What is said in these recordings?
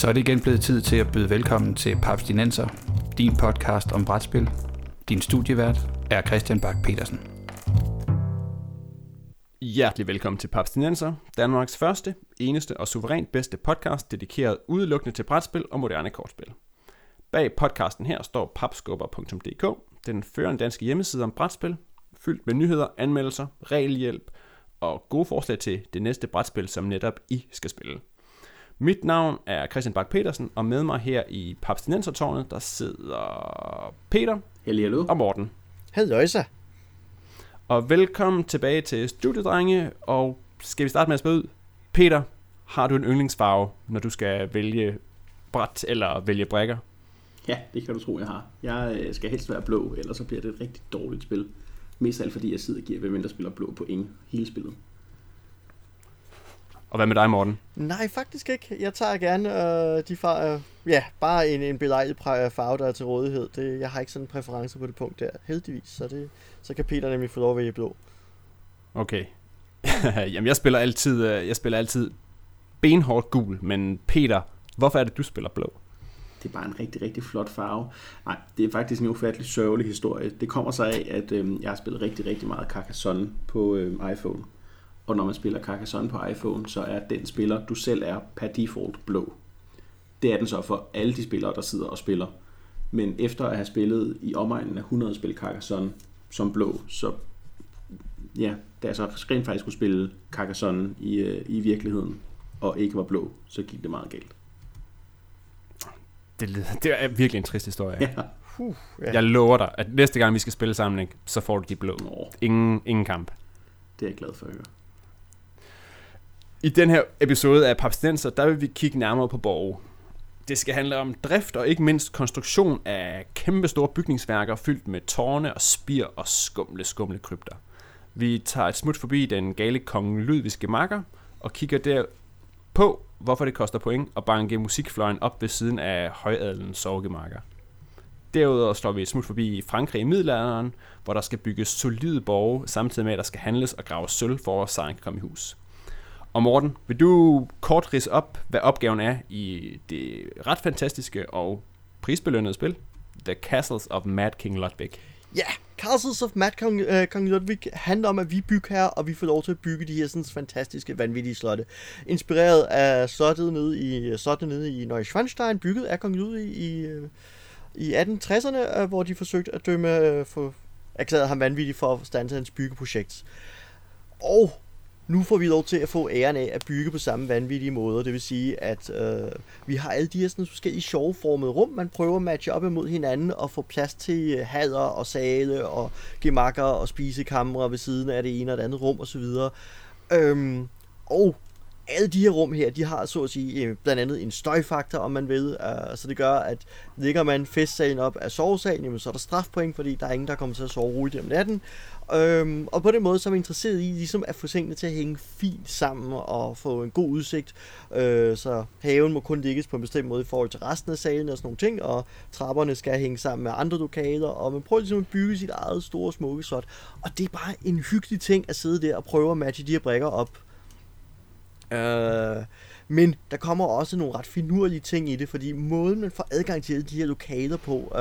Så er det igen blevet tid til at byde velkommen til Papstinenser, din podcast om brætspil. Din studievært er Christian Bak Petersen. Hjertelig velkommen til Papstinenser, Danmarks første, eneste og suverænt bedste podcast, dedikeret udelukkende til brætspil og moderne kortspil. Bag podcasten her står papskubber.dk, den førende danske hjemmeside om brætspil, fyldt med nyheder, anmeldelser, regelhjælp og gode forslag til det næste brætspil, som netop I skal spille. Mit navn er Christian Bak Petersen, og med mig her i Papstinensertårnet, der sidder Peter Hello. og Morten. Halløjsa. Og velkommen tilbage til Studiedrenge, og skal vi starte med at spørge ud? Peter, har du en yndlingsfarve, når du skal vælge bræt eller vælge brækker? Ja, det kan du tro, jeg har. Jeg skal helst være blå, ellers så bliver det et rigtig dårligt spil. Mest af alt fordi jeg sidder og giver, hvem der spiller blå point hele spillet. Og hvad med dig, Morten? Nej, faktisk ikke. Jeg tager gerne de farver, bare en belejlig farve, der er til rådighed. Jeg har ikke sådan en præference på det punkt der, heldigvis. Så kan Peter nemlig få lov at vælge blå. Okay. Jamen, jeg spiller altid benhårdt gul, men Peter, hvorfor er det, du spiller blå? Det er bare en rigtig, rigtig flot farve. Nej, det er faktisk en ufattelig sørgelig historie. Det kommer sig af, at jeg har spillet rigtig, rigtig meget Carcassonne på iPhone. Og når man spiller Carcassonne på iPhone, så er den spiller, du selv er, per default blå. Det er den så for alle de spillere, der sidder og spiller. Men efter at have spillet i omegnen af 100 spil Carcassonne som blå, så ja, da jeg så rent faktisk skulle spille Carcassonne i virkeligheden, og ikke var blå, så gik det meget galt. Det er virkelig en trist historie. Ja. Ja. Jeg lover dig, at næste gang vi skal spille sammen, så får du de blå. Ingen kamp. Det er jeg glad for at høre. I den her episode af Papstinenser, der vil vi kigge nærmere på borge. Det skal handle om drift og ikke mindst konstruktion af kæmpe store bygningsværker fyldt med tårne og spir og skumle krypter. Vi tager et smut forbi den gale konge Ludvigske makker og kigger der på, hvorfor det koster point at banke musikfløjen op ved siden af højadelens sorgemarker. Derudover slår vi et smut forbi Frankrig i middelalderen, hvor der skal bygges solide borge, samtidig med at der skal handles og graves sølv for at sejren kan komme i hus. Og Morten, vil du kort ridse op, hvad opgaven er i det ret fantastiske og prisbelønnede spil, The Castles of Mad King Ludwig? Ja, Castles of Mad King Ludwig handler om, at vi bygger her, og vi får lov til at bygge de her sådan fantastiske, vanvittige slotte. Inspireret af slottet nede i Neuschwanstein, bygget af Kong Ludwig i 1860'erne, hvor de forsøgte at erklærede ham vanvittig for at standse hans byggeprojekt. Og nu får vi lov til at få æren af at bygge på samme vanvittige måder. Det vil sige, at vi har alle de her sådan forskellige sjovformede rum, man prøver at matche op imod hinanden og få plads til haller og sale og gemakker og spisekamre ved siden af det ene og det andet rum osv. Og alle de her rum her, de har så at sige blandt andet en støjfaktor, om man vil. Så det gør, at ligger man festsalen op af sovesalen, jamen, så er der strafpoint, fordi der er ingen, der kommer til at sove roligt om natten. Og på den måde så er man interesseret i ligesom at få tingene til at hænge fint sammen og få en god udsigt. Så haven må kun ligges på en bestemt måde i forhold til resten af salen og sådan nogle ting, og trapperne skal hænge sammen med andre lokaler, og man prøver ligesom at bygge sit eget store smukke slot. Og det er bare en hyggelig ting at sidde der og prøve at matche de her brikker op. Men der kommer også nogle ret finurlige ting i det, fordi måden man får adgang til de her lokaler på,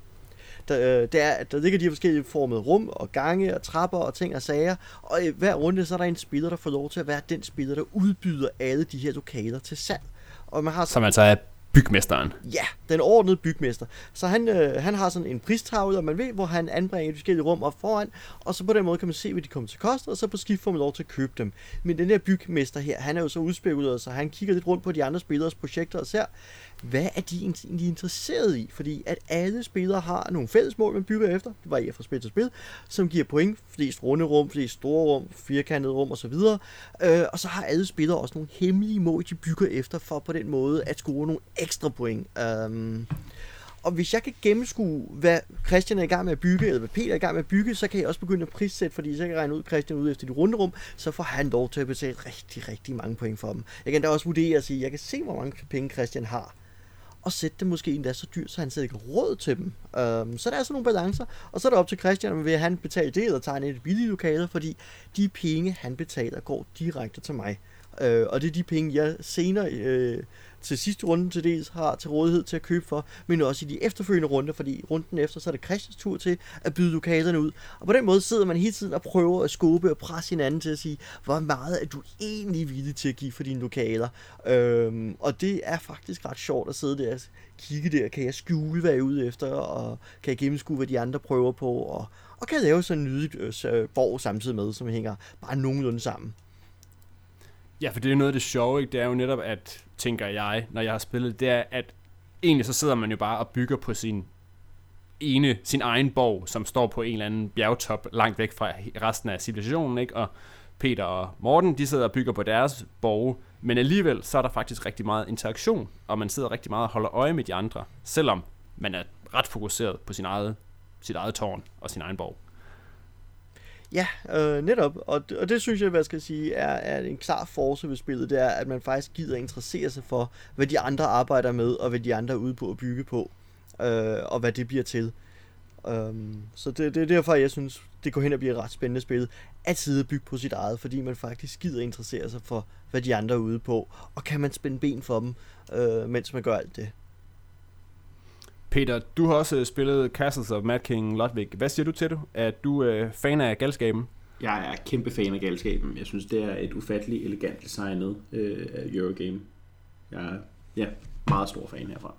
der ligger de her forskellige formede rum og gange og trapper og ting og sager, og i hver runde så er der en spiller, der får lov til at være den spiller, der udbyder alle de her lokaler til salg. Og man har som altså er bygmesteren. Ja, den ordnede bygmester. Så han har sådan en pristavle, og man ved, hvor han anbringer de forskellige rum op foran, og så på den måde kan man se, hvad de kommer til kost, og så på skift får man lov til at købe dem. Men den her bygmester her, han er jo så udspekuleret, så han kigger lidt rundt på de andre spillers projekter og ser, hvad er de egentlig interesseret i? Fordi at alle spillere har nogle fælles mål, man bygger efter, det varierer fra spil til spil, som giver point, flest runde rum, flest store rum, firkantede rum osv. Og så har alle spillere også nogle hemmelige mål, de bygger efter, for på den måde at score nogle ekstra point. Og hvis jeg kan gennemskue, hvad Christian er i gang med at bygge, eller hvad Peter er i gang med at bygge, så kan jeg også begynde at prissætte, fordi så kan jeg regne ud, Christian ud efter de runderum, så får han lov til at betale rigtig, rigtig mange point for dem. Jeg kan da også vurdere at sige, jeg kan se, hvor mange penge Christian har, og sætte dem måske endda så dyrt, så han slet ikke har råd til dem. Så der er sådan nogle balancer, og så er det op til Christian, om vil han betale det, eller tegne et billige lokaler, fordi de penge, han betaler, går direkte til mig. Og det er de penge, jeg senere til sidste runde til dels har til rådighed til at købe for, men også i de efterfølgende runder, fordi runden efter, så er det Christians tur til at byde lokalerne ud. Og på den måde sidder man hele tiden og prøver at skubbe og presse hinanden til at sige, hvor meget er du egentlig villig til at give for dine lokaler. Og det er faktisk ret sjovt at sidde der og kigge der, kan jeg skjule, hvad jeg er ude efter, og kan jeg gennemskue, hvad de andre prøver på, og kan lave sådan en nydig borg samtidig med, som hænger bare nogenlunde sammen. Ja, for det er noget af det sjove, ikke? Det er jo netop, at, tænker jeg, når jeg har spillet, det er, at egentlig så sidder man jo bare og bygger på sin egen borg, som står på en eller anden bjergtop langt væk fra resten af civilisationen, ikke? Og Peter og Morten, de sidder og bygger på deres borg, men alligevel så er der faktisk rigtig meget interaktion, og man sidder rigtig meget og holder øje med de andre, selvom man er ret fokuseret på sit eget tårn og sin egen borg. Ja, netop, og det synes jeg, hvad skal jeg sige, er en klar force ved spillet, det er, at man faktisk gider interessere sig for, hvad de andre arbejder med, og hvad de andre er ude på at bygge på, og hvad det bliver til. Så det er derfor, jeg synes, det går hen og bliver et ret spændende spil, at sidde og bygge på sit eget, fordi man faktisk gider interessere sig for, hvad de andre er ude på, og kan man spænde ben for dem, mens man gør alt det. Peter, du har også spillet Castles of Mad King Ludwig. Hvad siger du til det? Er du fan af galskaben? Jeg er kæmpe fan af galskaben. Jeg synes, det er et ufatteligt elegant designet Eurogame. Jeg er meget stor fan herfra.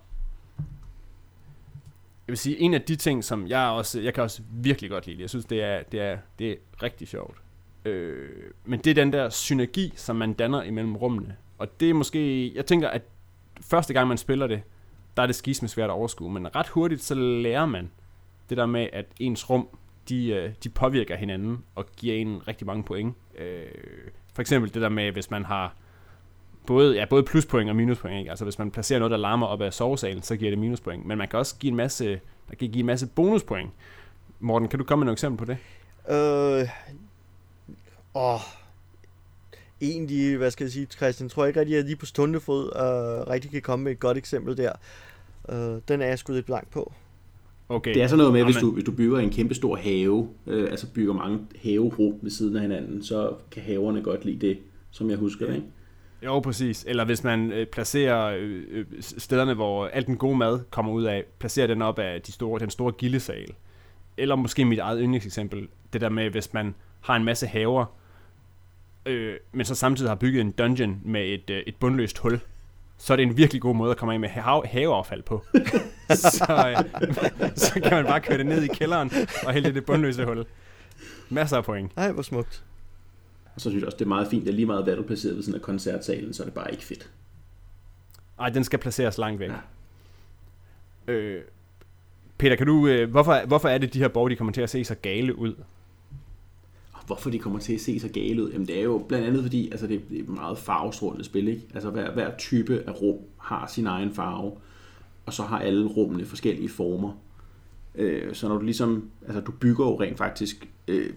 Jeg vil sige, en af de ting, som jeg kan også virkelig godt lide, jeg synes, det er rigtig sjovt. Men det er den der synergi, som man danner imellem rummene. Og det er måske, jeg tænker, at første gang man spiller det, der er det skisme svært at overskue, men ret hurtigt så lærer man det der med, at ens rum, de påvirker hinanden og giver en rigtig mange point. For eksempel det der med, hvis man har både pluspoint og minuspoint, ikke? Altså hvis man placerer noget, der larmer op ad sovesalen, så giver det minuspoint, men man kan også give en masse bonuspoint. Morten, kan du komme med nogle eksempel på det? Egentlig, hvad skal jeg sige, Christian, tror jeg ikke rigtig, at jeg lige på stående fod rigtig kan komme med et godt eksempel der. Den er jeg sgu lidt blank på. Okay. Det er sådan noget med, hvis du bygger en kæmpe stor have, altså bygger mange haverum ved siden af hinanden, så kan haverne godt lide det, som jeg husker det, ikke? Jo, præcis. Eller hvis man placerer stederne, hvor alt den gode mad kommer ud af, placerer den op af den store gildesal. Eller måske mit eget yndlingseksempel, det der med, hvis man har en masse haver, men så samtidig har bygget en dungeon med et bundløst hul, så er det en virkelig god måde at komme af med haveaffald på. så kan man bare køre det ned i kælderen og hælde det bundløse hul. Masser af point. Ej, hvor smukt. Og så synes jeg også, det er meget fint, at lige meget hvad du placerer ved sådan en koncertsalen, så er det bare ikke fedt. Ej, den skal placeres langt væk. Ja. Peter, kan du, hvorfor er det, de her borge, de kommer til at se så gale ud? Hvorfor de kommer til at se så gale ud? Jamen det er jo blandt andet fordi, altså det er et meget farvestrålende spil, ikke? Altså hver type af rum har sin egen farve, og så har alle rummene forskellige former. Så når du ligesom, altså du bygger jo rent faktisk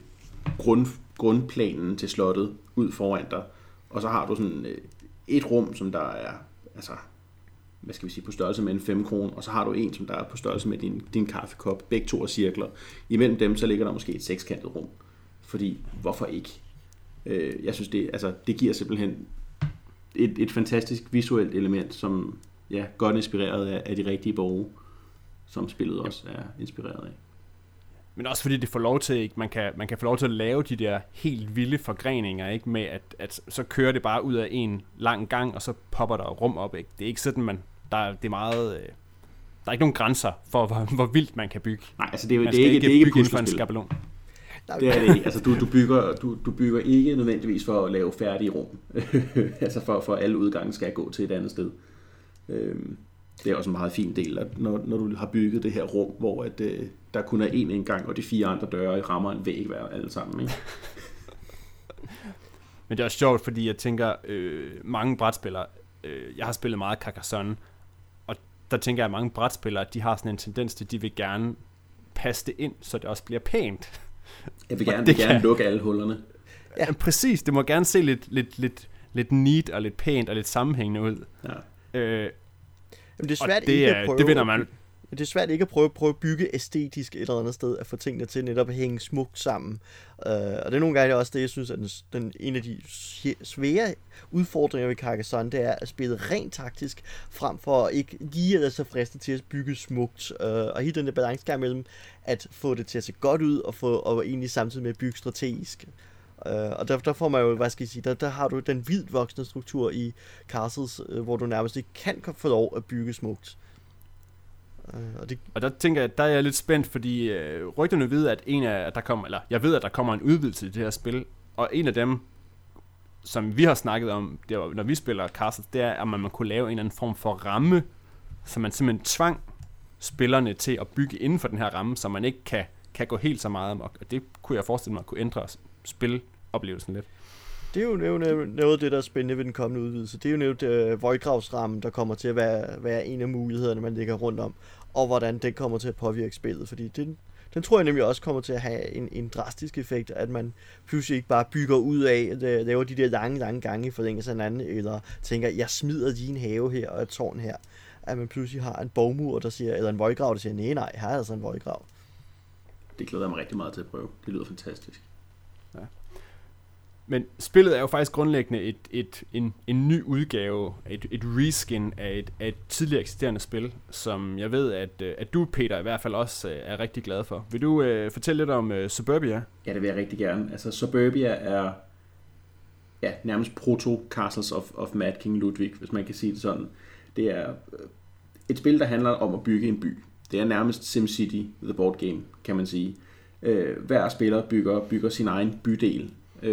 grundplanen til slottet ud foran dig, og så har du sådan et rum, som der er, altså hvad skal vi sige, på størrelse med en 5 kroner, og så har du en, som der er på størrelse med din kaffekop. Begge to er cirkler. Imellem dem, så ligger der måske et sekskantet rum. Fordi, hvorfor ikke? Jeg synes, det giver simpelthen et fantastisk visuelt element, som godt inspireret af de rigtige borge, som spillet også er inspireret af. Men også fordi det får lov til, ikke? Man kan få lov til at lave de der helt vilde forgreninger, ikke? Med at så kører det bare ud af en lang gang, og så popper der rum op, ikke? Det er ikke sådan, der er ikke nogen grænser for, hvor vildt man kan bygge. Nej, altså det er ikke bygge for en skabelon. Det er det ikke. Altså du bygger ikke nødvendigvis for at lave færdige rum. Altså for alle udgange skal gå til et andet sted. Det er også en meget fin del, at når du har bygget det her rum, hvor at, der kun er én indgang, og de 4 andre døre rammer en væg hver alle sammen. Ikke? Men det er også sjovt, fordi jeg tænker, mange brætspillere, jeg har spillet meget Carcassonne, og der tænker jeg, at mange brætspillere, de har sådan en tendens til, at de vil gerne passe det ind, så det også bliver pænt. Jeg vil gerne lukke alle hullerne. Ja, præcis. Det må gerne se lidt neat og lidt pænt og lidt sammenhængende ud. Ja. Jamen, det er svært det vinder man. Men det er svært ikke at prøve at bygge æstetisk et eller andet sted, at få tingene til netop at hænge smukt sammen. Og det er nogle gange også det, jeg synes, at en af de svære udfordringer ved Carcassonne, det er at spille rent taktisk, frem for ikke lige at lade sig friste til at bygge smukt. Og hele den der balancegang mellem at få det til at se godt ud, og egentlig samtidig med at bygge strategisk. Og der får man jo, hvad skal jeg sige, der har du den vildt voksne struktur i Castles, hvor du nærmest ikke kan få lov at bygge smukt. Og der tænker jeg, der er jeg lidt spændt, fordi rygterne ved, at jeg ved, at der kommer en udvidelse til det her spil, og en af dem, som vi har snakket om, det var, når vi spiller Castles, det er, at man kunne lave en eller anden form for ramme, så man simpelthen tvang spillerne til at bygge inden for den her ramme, så man ikke kan gå helt så meget amok, og det kunne jeg forestille mig kunne ændre spiloplevelsen lidt. Det er jo noget af det, der er spændende ved den kommende udvidelse. Det er jo netop voldgravsrammen, der kommer til at være en af mulighederne, man lægger rundt om, og hvordan den kommer til at påvirke spillet, fordi den tror jeg nemlig også kommer til at have en drastisk effekt, at man pludselig ikke bare bygger ud af, at laver de der lange gange i forlængelse af hinanden, eller tænker, jeg smider lige en have her og et tårn her, at man pludselig har en bogmur, der siger, eller en voldgrav, der siger, nej, her er altså en voldgrav. Det glæder jeg mig rigtig meget til at prøve. Det lyder fantastisk. Ja. Men spillet er jo faktisk grundlæggende en ny udgave, et reskin af et tidligere eksisterende spil, som jeg ved, at du, Peter, i hvert fald også er rigtig glad for. Vil du fortælle lidt om Suburbia? Ja, det vil jeg rigtig gerne. Altså, Suburbia er nærmest proto-Castles of Mad King Ludwig, hvis man kan sige det sådan. Det er et spil, der handler om at bygge en by. Det er nærmest SimCity, the board game, kan man sige. Hver spiller bygger sin egen bydel.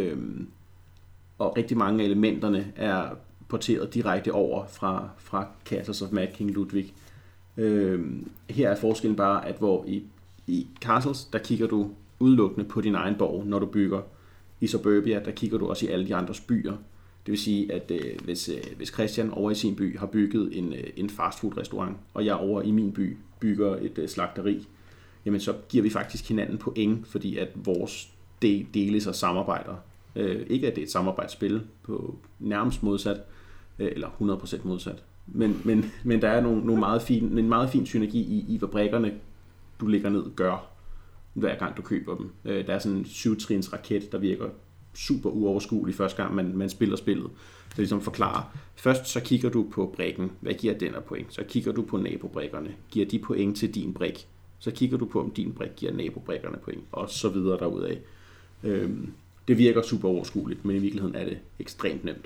Og rigtig mange af elementerne er porteret direkte over fra Castles of Mad King Ludwig. Her er forskellen bare, at hvor i Castles, der kigger du udelukkende på din egen borg, når du bygger. I Suburbia, der kigger du også i alle de andres byer. Det vil sige, at hvis Christian over i sin by har bygget en fastfood-restaurant, og jeg over i min by bygger et slagteri, jamen så giver vi faktisk hinanden point, fordi at vores deles og samarbejder. Ikke at det er et samarbejdsspil på nærmest modsat, eller 100% modsat, men der er en meget fin synergi i hvad brikkerne, du lægger ned, gør, hver gang du køber dem. Der er sådan en 7-trins raket, der virker super uoverskuelig første gang, man spiller spillet. Så ligesom forklarer. Først så kigger du på brikken. Hvad giver den af point? Så kigger du på nabobrikkerne. Giver de point til din brik? Så kigger du på, om din brik giver nabobrikkerne point. Og så videre derudaf. Det virker super overskueligt, men i virkeligheden er det ekstremt nemt.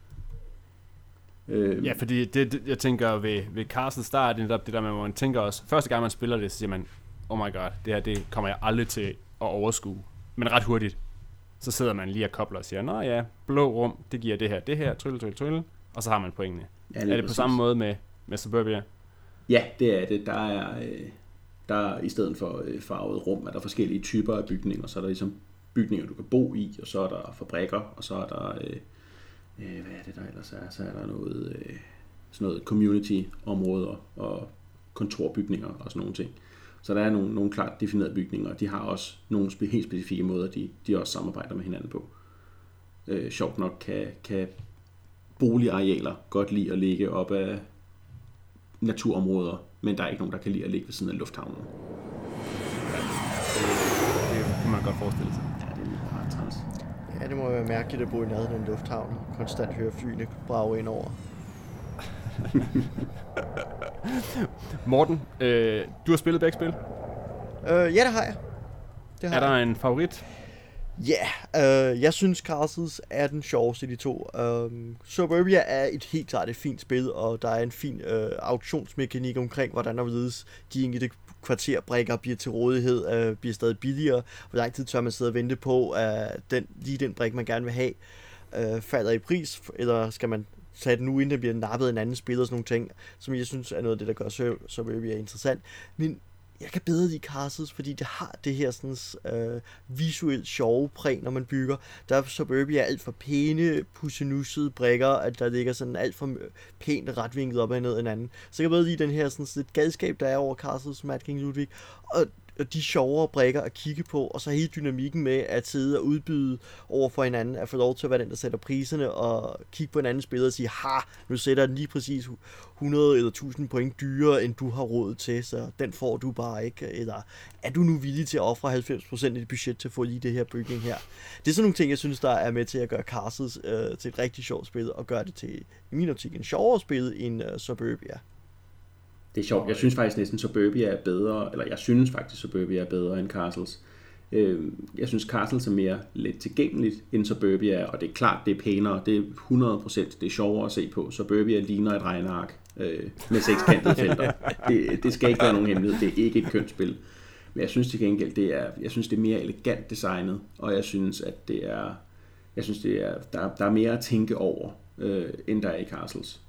Ja, fordi jeg tænker ved Castles, der er det netop det der med, hvor man tænker også, første gang man spiller det, så siger man, oh my god, det her, det kommer jeg aldrig til at overskue. Men ret hurtigt, så sidder man lige og kobler og siger, nå ja, blå rum, det giver det her, trylle, og så har man pointene. Ja, er det præcis på samme måde med Suburbia? Ja, det er det. Der er i stedet for farvet rum, er der forskellige typer af bygninger, så er der ligesom bygninger, du kan bo i, og så er der fabrikker, og så er der, hvad er det der ellers er? Så er der sådan noget community-områder og kontorbygninger og sådan nogle ting. Så der er nogle klart definerede bygninger, og de har også nogle helt specifikke måder, de også samarbejder med hinanden på. Sjovt nok kan boligarealer godt lide at ligge op af naturområder, men der er ikke nogen, der kan lide at ligge ved siden af lufthavnen. Det kan man godt forestille sig. Ja, det er ret træls. Ja, det må være mærkeligt at bo i nærheden af en lufthavn. Konstant høre flyene brage ind over. Morten, du har spillet begge spil? Ja, det har jeg. Er der en favorit? Ja, jeg synes Castles er den sjoveste af de to. Suburbia er helt klart et fint spil, og der er en fin auktionsmekanik omkring, hvordan der vides de enkelte kvarterbrikker bliver til rådighed, bliver stadig billigere. Hvor lang tid tør man sidde og vente på, at lige den brik, man gerne vil have, falder i pris, eller skal man tage den nu, inden det bliver nappet af en anden spiller og sådan nogle ting, som jeg synes er noget af det, der gør Suburbia interessant. Men jeg kan bedre lide Castles, fordi det har det her sådan, visuelt sjove præg, når man bygger. Der er Suburbia alt for pæne, pussenussede brikker, at der ligger sådan alt for pænt retvinklet op og ned af hinanden. Så jeg kan bedre lide den her sådan, lidt galskab, der er over Castles Mad King Ludwig. Og de sjovere brikker at kigge på, og så hele dynamikken med at sidde og udbyde over for hinanden, at få lov til at være den, der sætter priserne, og kigge på en anden spiller og sige, nu sætter den lige præcis 100 eller 1000 point dyrere, end du har råd til, så den får du bare ikke, eller er du nu villig til at ofre 90% af dit budget til at få lige det her bygning her? Det er sådan nogle ting, jeg synes, der er med til at gøre Castles til et rigtig sjovt spil, og gøre det til, i min optik, en sjovere spil end Suburbia. Det er sjovt. Jeg synes faktisk næsten Suburbia er bedre, eller jeg synes faktisk Suburbia er bedre end Castles. Jeg synes Castles er mere let tilgængeligt end Suburbia, og det er klart, det er pænere, det er 100%, det er sjovere at se på. Suburbia ligner et regneark med sekskantede felter. Det skal ikke være nogen hemmelighed, det er ikke et kønt spil. Men jeg synes til gengæld, det er mere elegant designet, og jeg synes, at der er mere at tænke over, end der er i Castles.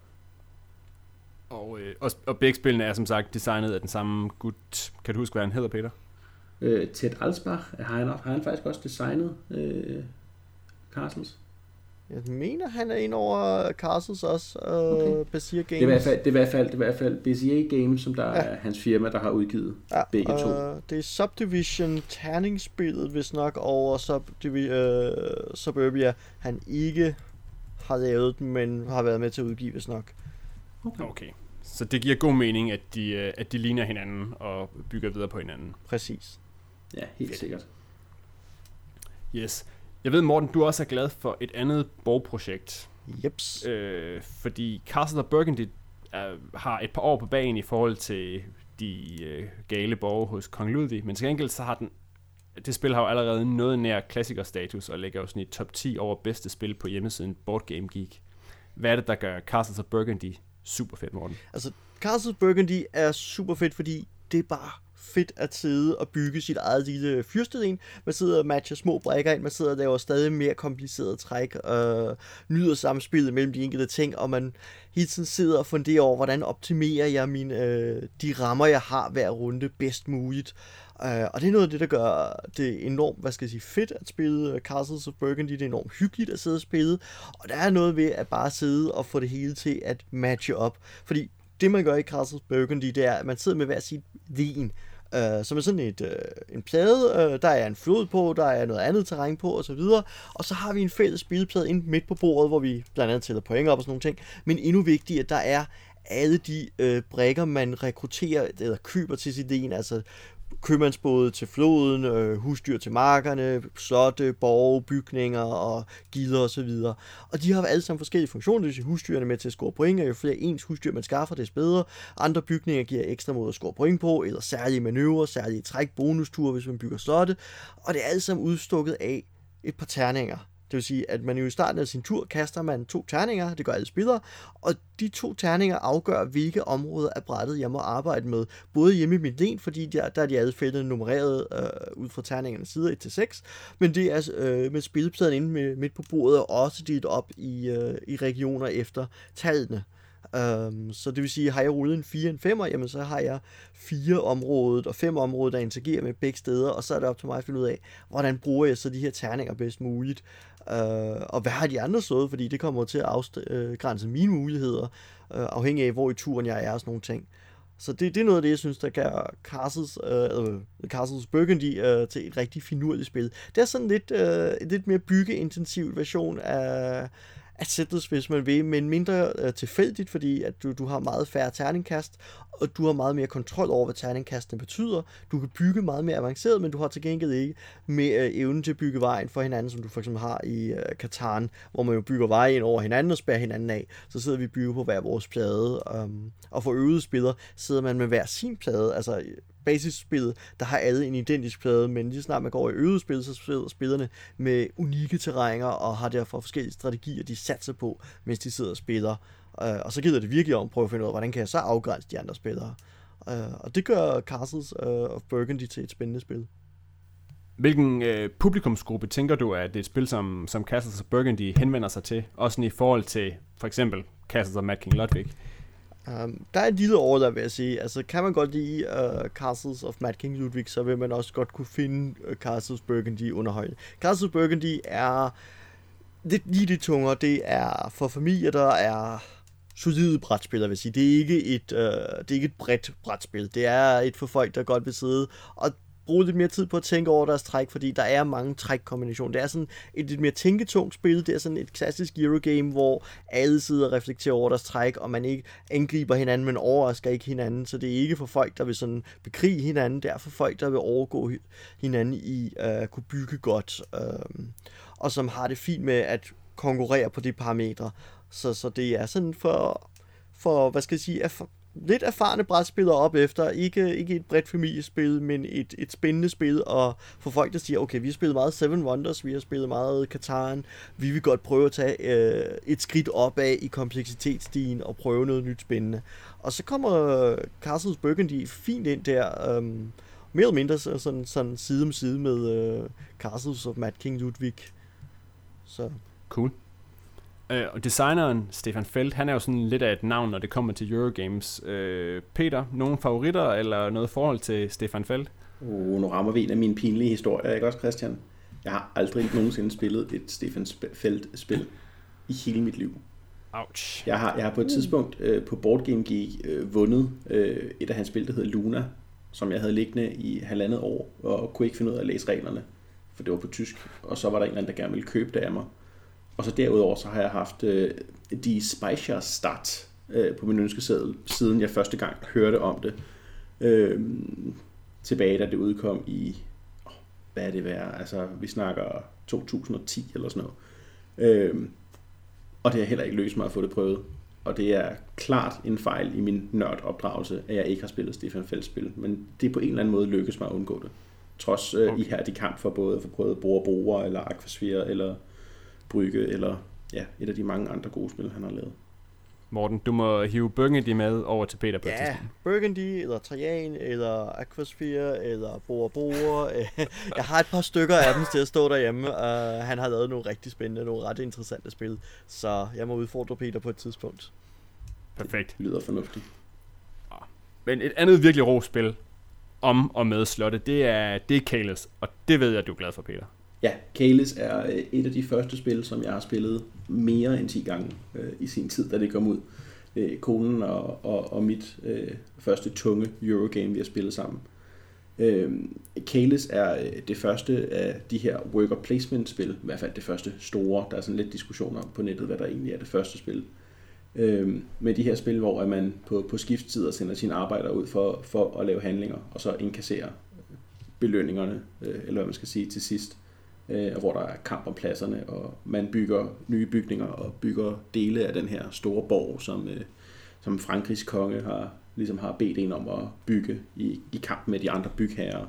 Og begge spillene er som sagt designet af den samme gut. Kan du huske, hvad han hedder, Peter? Ted Alsbach har han faktisk også designet Castles. Jeg mener, han er ind over Castles også, Bezier Games. Det er i hvert fald Bezier Games, som der er hans firma, der har udgivet begge to. Det er Subdivision terningsspillet, hvis nok over Suburbia, han ikke har lavet den, men har været med til at udgive, hvis nok. Okay. Så det giver god mening, at de ligner hinanden og bygger videre på hinanden. Præcis. Ja, helt sikkert. Yes. Jeg ved, Morten, du også er glad for et andet borgprojekt. Jeps. Fordi Castle of Burgundy har et par år på bagen i forhold til de gale borge hos Kong Ludvig, men til gengæld så har det spil har jo allerede noget nær klassikerstatus og ligger jo sådan i top 10 over bedste spil på hjemmesiden Board Game Geek. Hvad er det, der gør Castle of Burgundy super fedt, Morten? Altså, Castle of Burgundy er super fedt, fordi det er bare fedt at sidde og bygge sit eget lille fyrsteden. Man sidder og matcher små brækker ind, man sidder og laver stadig mere komplicerede træk, nyder samspillet mellem de enkelte ting, og man hele tiden sidder og funderer over, hvordan optimerer jeg de rammer, jeg har hver runde bedst muligt. Og det er noget af det, der gør det enormt, fedt at spille Castles of Burgundy. Det er enormt hyggeligt at sidde og spille, og der er noget ved at bare sidde og få det hele til at matche op. Fordi det, man gør i Castles of Burgundy, det er, at man sidder med hver sit vin, som er sådan en plade, der er en flod på, der er noget andet terræn på, og så videre. Og så har vi en fælles spilleplade inde midt på bordet, hvor vi blandt andet tæller point op og sådan nogle ting. Men endnu vigtigere, der er alle de brikker, man rekrutterer eller køber til sit vin, altså købmandsbåde til floden, husdyr til markerne, slotte, borge, bygninger og gider og så videre. Og de har alle sammen forskellige funktioner. Det vil sige, husdyrene med til at score point, og jo flere ens husdyr man skaffer, des bedre. Andre bygninger giver ekstra måde at score point på, eller særlige manøvrer, særlige træk, bonusture, hvis man bygger slotte. Og det er alle sammen udstukket af et par terninger. Det vil sige, at man jo i starten af sin tur kaster man 2 terninger, det gør alle spillere, og de 2 terninger afgør, hvilke områder af brættet jeg må arbejde med. Både hjemme i mit len, fordi der er de alle felterne nummereret ud fra terningernes sider 1-6, men det er med spillepladen inde midt på bordet og også delt op i regioner efter tallene. Så det vil sige, har jeg rullet en 4 en 5'er, jamen så har jeg 4 området og 5 områder, der interagerer med begge steder, og så er det op til mig at finde ud af, hvordan bruger jeg så de her terninger bedst muligt, og hvad har de andre slået, fordi det kommer til at afgrænse mine muligheder, afhængig af hvor i turen jeg er og sådan nogle ting. Så det er noget af det, jeg synes, der gør Castles Burgundy til et rigtig finurligt spil. Det er sådan lidt mere byggeintensivt version af Settlers, hvis man vil, men mindre tilfældigt, fordi at du har meget færre terningkast, og du har meget mere kontrol over, hvad terningkastene betyder. Du kan bygge meget mere avanceret, men du har til gengæld ikke med evnen til at bygge vejen for hinanden, som du for eksempel har i Catan, hvor man jo bygger veje ind over hinanden og spærrer hinanden af. Så sidder vi og bygger på hver vores plade, og for øvede spillere sidder man med hver sin plade, altså basisspillet, der har alle en identisk plade, men lige snart man går i øvede spil, så sidder spillerne med unikke terrænger og har derfor forskellige strategier, de satser på, mens de sidder og spiller. Og så gider det virkelig om at prøve at finde ud af, hvordan kan jeg så afgrænse de andre spillere. Og det gør Castles of Burgundy til et spændende spil. Hvilken publikumsgruppe tænker du, at det et spil som Castles of Burgundy henvender sig til? Også i forhold til for eksempel Castles of Mad King Ludwig? Der er et lille overlap, vil jeg sige. Altså, kan man godt lide Castles of Mad King Ludwig, så vil man også godt kunne finde Castles Burgundy underhøjde. Castles Burgundy er lidt tungere. Det er for familier, der er solide brætspil, jeg vil sige. Det er ikke et bredt brætspil. Det er et for folk, der godt vil sidde og bruge lidt mere tid på at tænke over deres træk, fordi der er mange trækkombinationer. Det er sådan et lidt mere tænketungt spil. Det er sådan et klassisk Eurogame, hvor alle sidder og reflekterer over deres træk, og man ikke angriber hinanden, men overrasker ikke hinanden. Så det er ikke for folk, der vil sådan bekrige hinanden. Det er for folk, der vil overgå hinanden i at kunne bygge godt, og som har det fint med at konkurrere på de parametre. Så det er sådan for hvad skal jeg sige, lidt erfarne brætspillere op efter, ikke et bredt familiespil, men et spændende spil, og for folk, der siger, okay, vi har spillet meget Seven Wonders, vi har spillet meget Catan, vi vil godt prøve at tage et skridt opad i kompleksitetsstigen og prøve noget nyt spændende. Og så kommer Castles Burgundy fint ind der, mere eller mindre sådan side om side med Castles of Mad King Ludwig. Så. Cool. Og designeren Stefan Feld, han er jo sådan lidt af et navn, når det kommer til Eurogames. Peter, nogle favoritter eller noget forhold til Stefan Feld? Nu rammer vi en af mine pinlige historier, ikke også, Christian? Jeg har aldrig nogensinde spillet et Stefan Feld-spil i hele mit liv. Ouch. Jeg har på et tidspunkt på Board Game Geek vundet et af hans spil, der hedder Luna, som jeg havde liggende i 1,5 år, og kunne ikke finde ud af at læse reglerne, for det var på tysk. Og så var der en eller anden, der gerne ville købe det af mig. Og så derudover så har jeg haft Die Speicherstadt på min ønskeseddel, siden jeg første gang hørte om det. Tilbage da det udkom i, hvad er det værd? Altså vi snakker 2010 eller sådan noget. Og det har heller ikke løst mig at få det prøvet. Og det er klart en fejl i min nørdopdragelse, at jeg ikke har spillet Stefan Feld-spil. Men det på en eller anden måde lykkes mig at undgå det. Trods ihærdig kamp for både at få prøvet Boer eller Aquasfera eller Brygge, eller ja, et af de mange andre gode spil, han har lavet. Morten, du må hive Burgundy med over til Peter på et tidspunkt. Burgundy, eller Trajan, eller Aquasfera, eller Boer. Jeg har et par stykker af dem til at stå derhjemme. Han har lavet nogle rigtig spændende, nogle ret interessante spil, så jeg må udfordre Peter på et tidspunkt. Perfekt. Det lyder fornuftigt. Men et andet virkelig ro spil om og med slottet, det er Caelus, og det ved jeg, at du er glad for, Peter. Ja, Caelus er et af de første spil, som jeg har spillet mere end 10 gange i sin tid, da det kom ud. Konen og mit første tunge Eurogame, vi har spillet sammen. Caelus er det første af de her worker placement spil, i hvert fald det første store. Der er sådan lidt diskussioner på nettet, hvad der egentlig er det første spil. Med de her spil, hvor man på skifttider sender sine arbejdere ud for at lave handlinger, og så inkasserer belønningerne, eller hvad man skal sige, til sidst. Hvor der er kamp om pladserne, og man bygger nye bygninger og bygger dele af den her store borg, som Frankrigs konge har bedt en om at bygge i kamp med de andre bygherrer.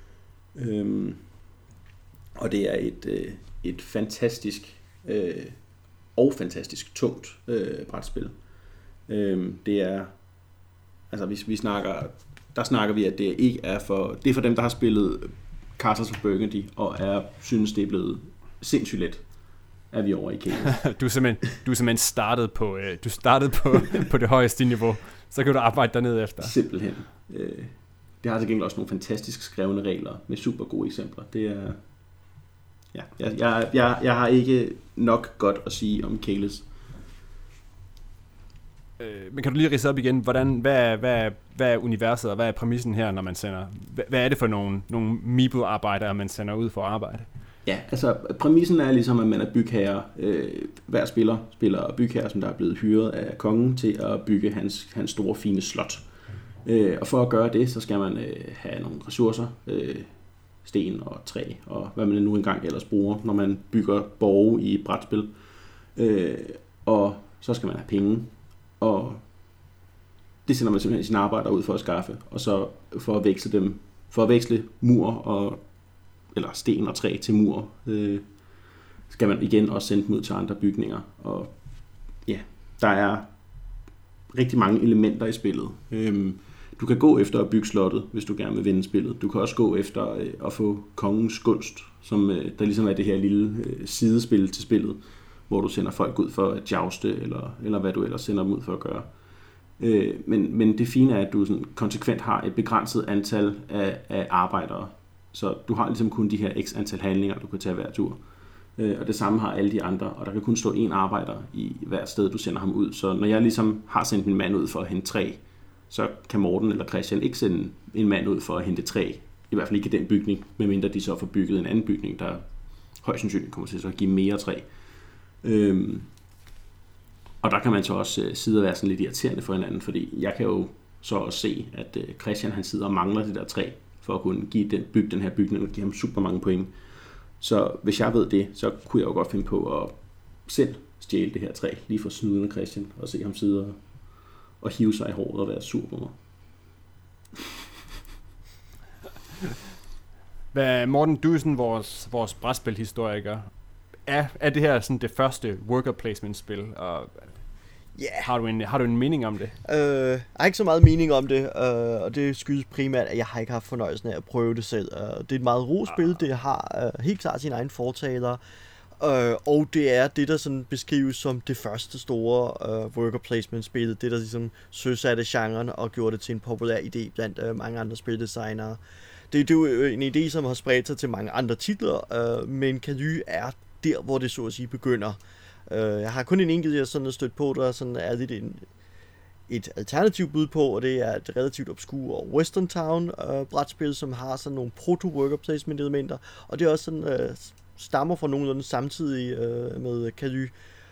Og det er et fantastisk og fantastisk tungt brætspil. Det er, altså vi snakker vi, at det ikke er for, det er for dem, der har spillet Castles of Burgundy, og synes, det er blevet sindssygt let, er vi over i Caelus. Du er simpelthen startet på det højeste niveau, så kan du arbejde dernede efter. Simpelthen. Det har til gengæld også nogle fantastisk skrevne regler, med super gode eksempler. Det er, ja, jeg har ikke nok godt at sige om Caelus. Men kan du lige ridse op igen, hvad er universet, og hvad er præmissen her, når man sender, hvad er det for nogle Meeple-arbejdere, man sender ud for at arbejde? Ja, altså præmissen er ligesom, at man er bygherre. Hver spiller bygherre, som der er blevet hyret af kongen til at bygge hans store, fine slot. Og for at gøre det, så skal man have nogle ressourcer, sten og træ, og hvad man nu engang ellers bruger, når man bygger borge i et brætspil. Og så skal man have penge, og det sender man simpelthen sine arbejdere ud for at skaffe, og så for at veksle mur eller sten og træ til mur, skal man igen også sende dem ud til andre bygninger. Og ja, der er rigtig mange elementer i spillet. Du kan gå efter at bygge slottet, hvis du gerne vil vinde spillet. Du kan også gå efter at få kongens gunst, som der ligesom er det her lille sidespil til spillet, hvor du sender folk ud for at jouste, eller hvad du ellers sender dem ud for at gøre. Men det fine er, at du sådan konsekvent har et begrænset antal af arbejdere. Så du har ligesom kun de her x antal handlinger, du kan tage hver tur. Og det samme har alle de andre, og der kan kun stå én arbejder i hver sted, du sender ham ud. Så når jeg ligesom har sendt en mand ud for at hente træ, så kan Morten eller Christian ikke sende en mand ud for at hente træ. I hvert fald ikke i den bygning, medmindre de så får bygget en anden bygning, der højst sandsynligt kommer til at give mere træ. Og der kan man så også sidde og være sådan lidt irriterende for hinanden, fordi jeg kan jo så også se, at Christian han sidder og mangler det der træ, for at kunne bygge den her bygning og give ham super mange point. Så hvis jeg ved det, så kunne jeg jo godt finde på at selv stjæle det her træ, lige for snuden af Christian, og se ham sidde og hive sig i håret og være sur på mig. Morten, du er sådan vores brætspilhistoriker. Er det her sådan det første worker placement spil? Og har du en mening om det? Jeg har ikke så meget mening om det, og det skyldes primært, at jeg har ikke haft fornøjelsen af at prøve det selv. Det er et meget ro spil, det har helt klart sine egne fortalere, og det er det, der sådan beskrives som det første store worker placement spil, det der ligesom søsatte genren og gjorde det til en populær idé blandt mange andre spildesignere. Det er jo en idé, som har spredt sig til mange andre titler, men Caly er der, hvor det så at sige begynder. Jeg har kun en enkelt, jeg sådan har stødt på, der sådan er lidt et alternativt bud på, og det er et relativt obskur Western Town brætspil, som har sådan nogle proto-worker placement elementer, og det er også sådan stammer fra nogenlunde samtidig med Caly,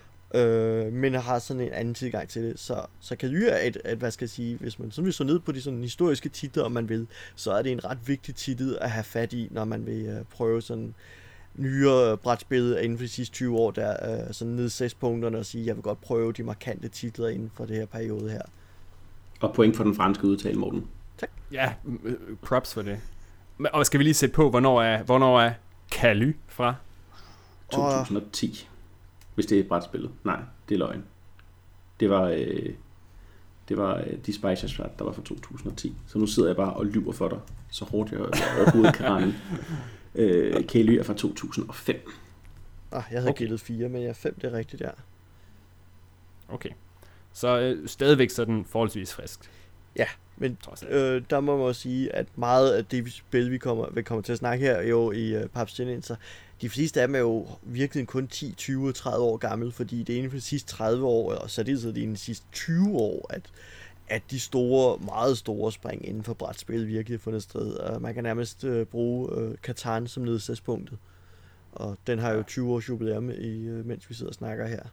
men har sådan en anden tilgang til det. Så Caly er et, hvad skal jeg sige, hvis man sådan vil så ned på de sådan historiske titler, om man vil, så er det en ret vigtig titel at have fat i, når man vil prøve sådan nyere brætspil inden for de sidste 20 år, der sådan ned 6 punkterne og sige, jeg vil godt prøve de markante titler inden for det her periode her. Og point for den franske udtale, Morten. Tak. Ja, props for det. Og skal vi lige sætte på, hvornår er Caly fra? 2010. Hvis det er brætspillet. Nej, det er løgn. Det var de Spice Shot, der var fra 2010. Så nu sidder jeg bare og lyver for dig, så hårdt jeg overhovedet kan rende. Caly er fra 2005. Jeg havde gældet 4, men 5, det er rigtigt, ja. Okay. Så stadigvæk sådan forholdsvis friskt. Ja, men der må man også sige, at meget af det spil, vi kommer til at snakke her jo i Papstinenser, de fleste af dem er jo virkelig kun 10, 20 og 30 år gammel, fordi det er inden for de sidste 30 år, og særdeleshed inden for de sidste 20 år, at de meget store spring inden for brætspil virkelig fundet sted. Man kan nærmest bruge Catan som nedslagspunktet. Og den har jo 20 års jubilæum, mens vi sidder og snakker her.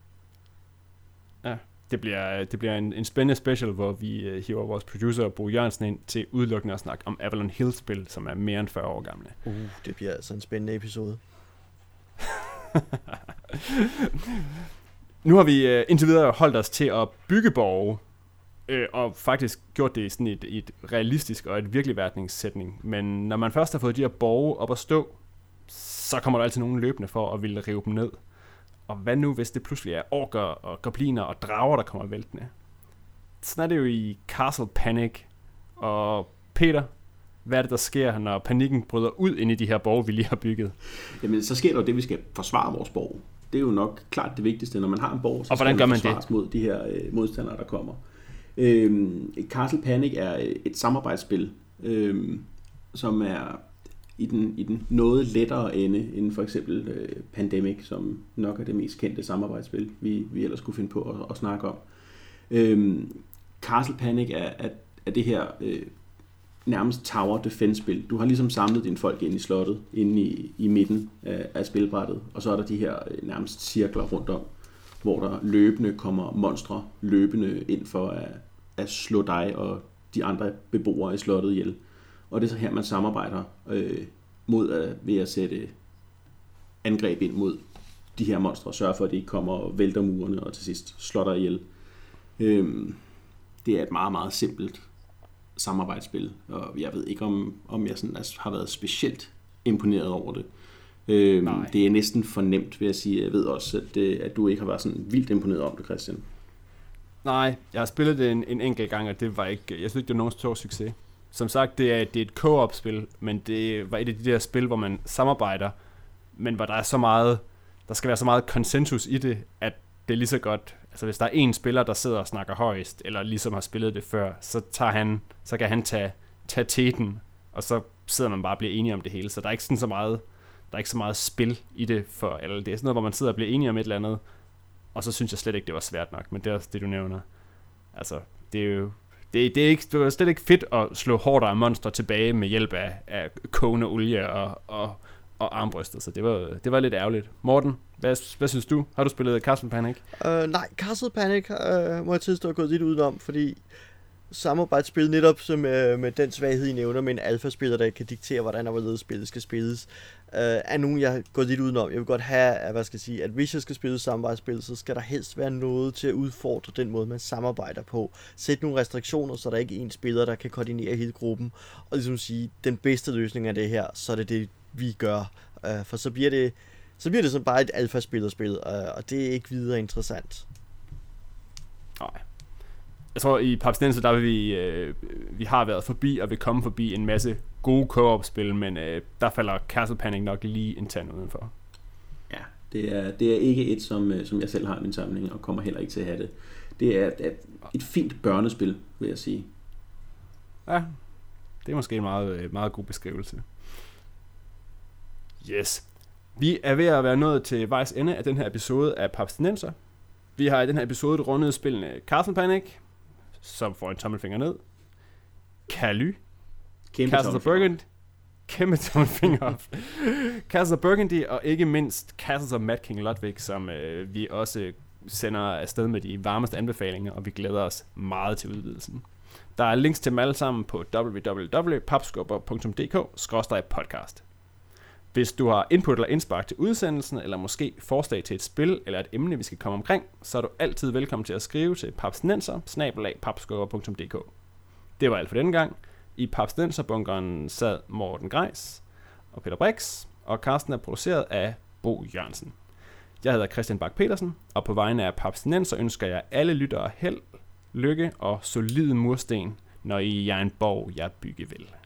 Ja, det bliver en spændende special, hvor vi hiver vores producer Bo Jørgensen ind til udelukkende at snakke om Avalon Hill-spil, som er mere end 40 år gamle. Det bliver altså en spændende episode. Nu har vi indtil videre holdt os til at bygge borge, og faktisk gjort det i sådan et realistisk og et virkelighedssætning. Men når man først har fået de her borge op at stå, så kommer der altid nogen løbende for at ville rive dem ned. Og hvad nu, hvis det pludselig er orker og gobliner og drager, der kommer væltende? Sådan er det jo i Castle Panic. Og Peter, hvad er det, der sker, når panikken bryder ud ind i de her borge, vi lige har bygget? Jamen, så sker der jo det, vi skal forsvare vores borg. Det er jo nok klart det vigtigste, når man har en borg, så og hvordan gør man det? Mod de her modstandere, der kommer. Castle Panic er et samarbejdsspil, som er i den noget lettere ende end for eksempel Pandemic, som nok er det mest kendte samarbejdsspil, vi ellers kunne finde på at snakke om. Castle Panic er det her nærmest tower defense-spil. Du har ligesom samlet dine folk ind i slottet, inde i midten af spilbrættet, og så er der de her nærmest cirkler rundt om, hvor der løbende kommer monstre løbende ind for at slå dig og de andre beboere i slottet ihjel. Og det er så her, man samarbejder ved at sætte angreb ind mod de her monstre, og sørge for, at de ikke kommer og vælter murene og til sidst slår dig ihjel. Det er et meget, meget simpelt samarbejdsspil, og jeg ved ikke, om jeg sådan har været specielt imponeret over det. Det er næsten for nemt, vil jeg sige. Jeg ved også, at du ikke har været sådan vildt imponeret om det, Christian. Nej, jeg har spillet det en enkelt gang, og det var ikke, jeg synes ikke, det var nogen stor succes. Som sagt, det er et co-op-spil, men det var et af de der spil, hvor man samarbejder, men hvor der er så meget, der skal være så meget konsensus i det, at det er lige så godt. Altså hvis der er en spiller, der sidder og snakker højst, eller ligesom har spillet det før, så kan han tage teten, og så sidder man bare og bliver enige om det hele. Så der er ikke sådan så meget er ikke så meget spil i det for alle. Det er sådan noget, hvor man sidder og bliver enige om et eller andet, og så synes jeg slet ikke, det var svært nok, men det er også det, du nævner. Altså, det er jo det var slet ikke fedt at slå hårdere monster tilbage med hjælp af kogende olie og armbryster, så det var lidt ærgerligt. Morten, hvad synes du? Har du spillet Castle Panic? Nej, Castle Panic må jeg tilstå at gå lidt udenom, fordi samarbejdsspil netop som med den svaghed, I nævner, med en alfa-spiller, der kan diktere, hvordan og hvorledes spillet skal spilles, er nogen, jeg går lidt udenom. Jeg vil godt have, at hvis jeg skal spille samarbejdsspil, så skal der helst være noget til at udfordre den måde, man samarbejder på. Sæt nogle restriktioner, så der ikke er en spiller, der kan koordinere hele gruppen, og ligesom sige, den bedste løsning af det her, så er det, vi gør. For så bliver det sådan bare et alfa-spillerspil, og det er ikke videre interessant. Nej. Jeg tror, i Papstinenser, der vil vi har været forbi, og vil komme forbi en masse gode co-op-spil, men der falder Castle Panic nok lige en tand udenfor. Ja, det er ikke et, som jeg selv har i min samling, og kommer heller ikke til at have det. Det er et fint børnespil, vil jeg sige. Ja, det er måske en meget, meget god beskrivelse. Yes. Vi er ved at være nået til vejs ende af den her episode af Papstinenser. Vi har i den her episode rundet spillene Castle Panic, som får en tommelfinger ned, Calu, Castles of Burgundy, kæmpe tommelfinger op, Castles of Burgundy, og ikke mindst Castles of Mad King Ludwig, som vi også sender afsted med de varmeste anbefalinger, og vi glæder os meget til udvidelsen. Der er links til dem alle sammen på www.papskubber.dk/podcast. Hvis du har input eller indspark til udsendelsen, eller måske forslag til et spil eller et emne, vi skal komme omkring, så er du altid velkommen til at skrive til papstinenser@papskubber.dk. Det var alt for denne gang. I Papstinenserbunkeren sad Morten Greis og Peter Brix, og Carsten er produceret af Bo Jørgensen. Jeg hedder Christian Bak Petersen, og på vegne af Papstinenser ønsker jeg alle lyttere held, lykke og solide mursten, når I er en borg, jeg bygge vil.